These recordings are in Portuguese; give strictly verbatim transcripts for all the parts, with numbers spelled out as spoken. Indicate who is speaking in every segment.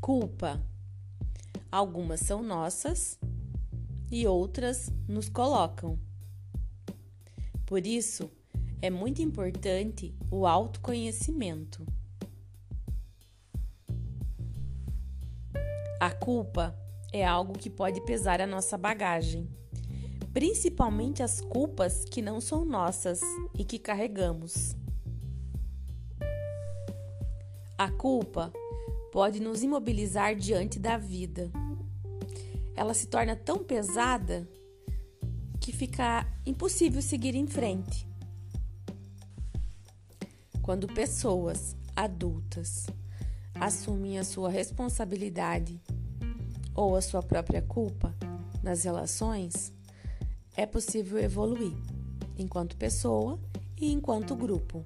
Speaker 1: Culpa. Algumas são nossas e outras nos colocam. Por isso, é muito importante o autoconhecimento. A culpa é algo que pode pesar a nossa bagagem, principalmente as culpas que não são nossas e que carregamos. A culpa pode nos imobilizar diante da vida. Ela se torna tão pesada que fica impossível seguir em frente. Quando pessoas adultas assumem a sua responsabilidade ou a sua própria culpa nas relações, é possível evoluir enquanto pessoa e enquanto grupo.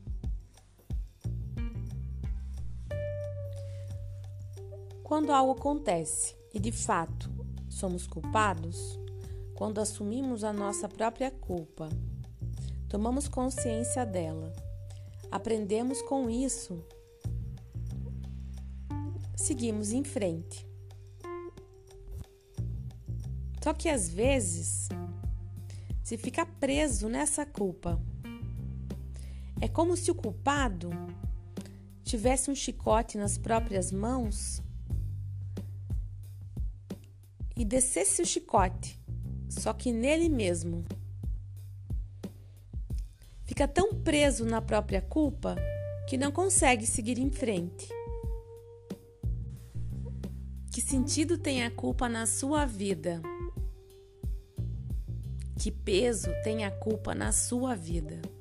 Speaker 1: Quando algo acontece e de fato somos culpados, quando assumimos a nossa própria culpa, tomamos consciência dela, aprendemos com isso, seguimos em frente. Só que às vezes se fica preso nessa culpa. É como se o culpado tivesse um chicote nas próprias mãos e descesse o chicote, só que nele mesmo. Fica tão preso na própria culpa que não consegue seguir em frente. Que sentido tem a culpa na sua vida? Que peso tem a culpa na sua vida?